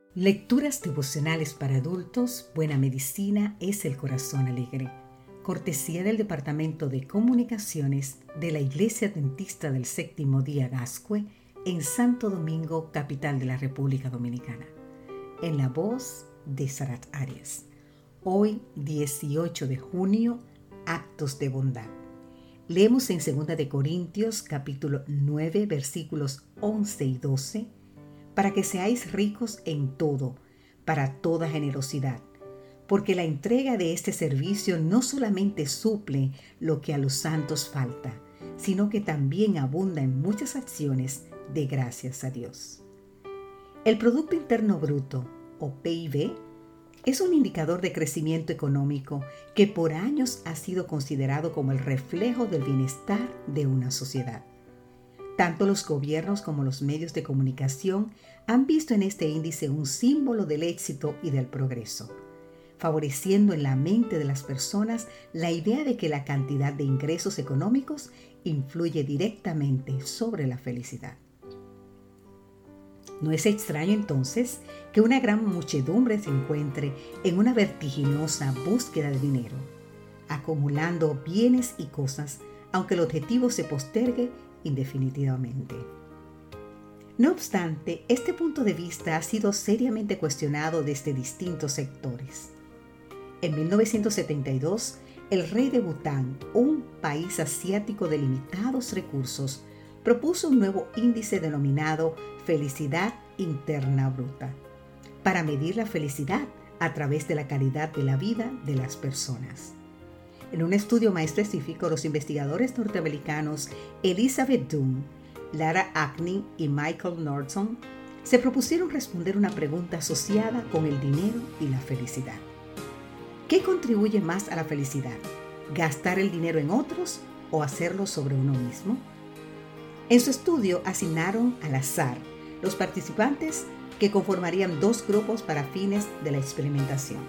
Lecturas devocionales para adultos, Buena Medicina es el Corazón Alegre. Cortesía del Departamento de Comunicaciones de la Iglesia Adventista del Séptimo Día Gascue en Santo Domingo, capital de la República Dominicana. En la voz de Sarat Arias. Hoy, 18 de junio, Actos de Bondad. Leemos en 2 de Corintios, capítulo 9, versículos 11 y 12, para que seáis ricos en todo, para toda generosidad, porque la entrega de este servicio no solamente suple lo que a los santos falta, sino que también abunda en muchas acciones de gracias a Dios. El Producto Interno Bruto, o PIB, es un indicador de crecimiento económico que por años ha sido considerado como el reflejo del bienestar de una sociedad. Tanto los gobiernos como los medios de comunicación han visto en este índice un símbolo del éxito y del progreso, favoreciendo en la mente de las personas la idea de que la cantidad de ingresos económicos influye directamente sobre la felicidad. No es extraño entonces que una gran muchedumbre se encuentre en una vertiginosa búsqueda de dinero, acumulando bienes y cosas, aunque el objetivo se postergue indefinitivamente. No obstante, este punto de vista ha sido seriamente cuestionado desde distintos sectores. En 1972, el rey de Bután, un país asiático de limitados recursos, propuso un nuevo índice denominado Felicidad Interna Bruta, para medir la felicidad a través de la calidad de la vida de las personas. En un estudio más específico, los investigadores norteamericanos Elizabeth Dunn, Lara Acne y Michael Norton se propusieron responder una pregunta asociada con el dinero y la felicidad. ¿Qué contribuye más a la felicidad? ¿Gastar el dinero en otros o hacerlo sobre uno mismo? En su estudio asignaron al azar los participantes que conformarían dos grupos para fines de la experimentación.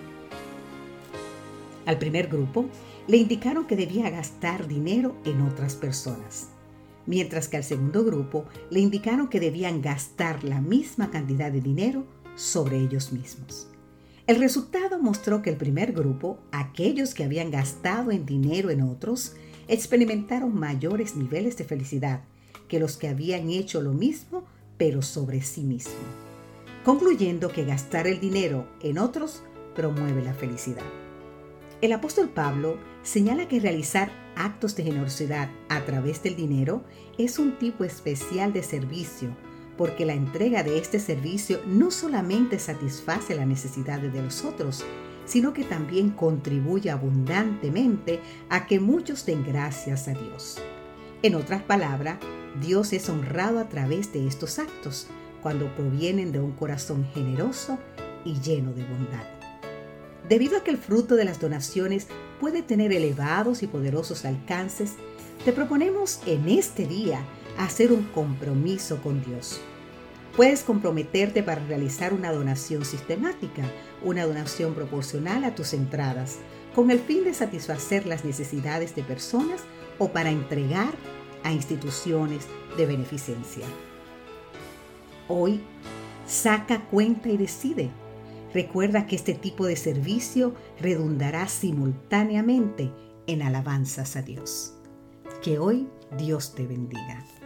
Al primer grupo le indicaron que debía gastar dinero en otras personas, mientras que al segundo grupo le indicaron que debían gastar la misma cantidad de dinero sobre ellos mismos. El resultado mostró que el primer grupo, aquellos que habían gastado en dinero en otros, experimentaron mayores niveles de felicidad que los que habían hecho lo mismo, pero sobre sí mismos, concluyendo que gastar el dinero en otros promueve la felicidad. El apóstol Pablo señala que realizar actos de generosidad a través del dinero es un tipo especial de servicio, porque la entrega de este servicio no solamente satisface las necesidades de los otros, sino que también contribuye abundantemente a que muchos den gracias a Dios. En otras palabras, Dios es honrado a través de estos actos, cuando provienen de un corazón generoso y lleno de bondad. Debido a que el fruto de las donaciones puede tener elevados y poderosos alcances, te proponemos en este día hacer un compromiso con Dios. Puedes comprometerte para realizar una donación sistemática, una donación proporcional a tus entradas, con el fin de satisfacer las necesidades de personas o para entregar a instituciones de beneficencia. Hoy, saca cuenta y decide. Recuerda que este tipo de servicio redundará simultáneamente en alabanzas a Dios. Que hoy Dios te bendiga.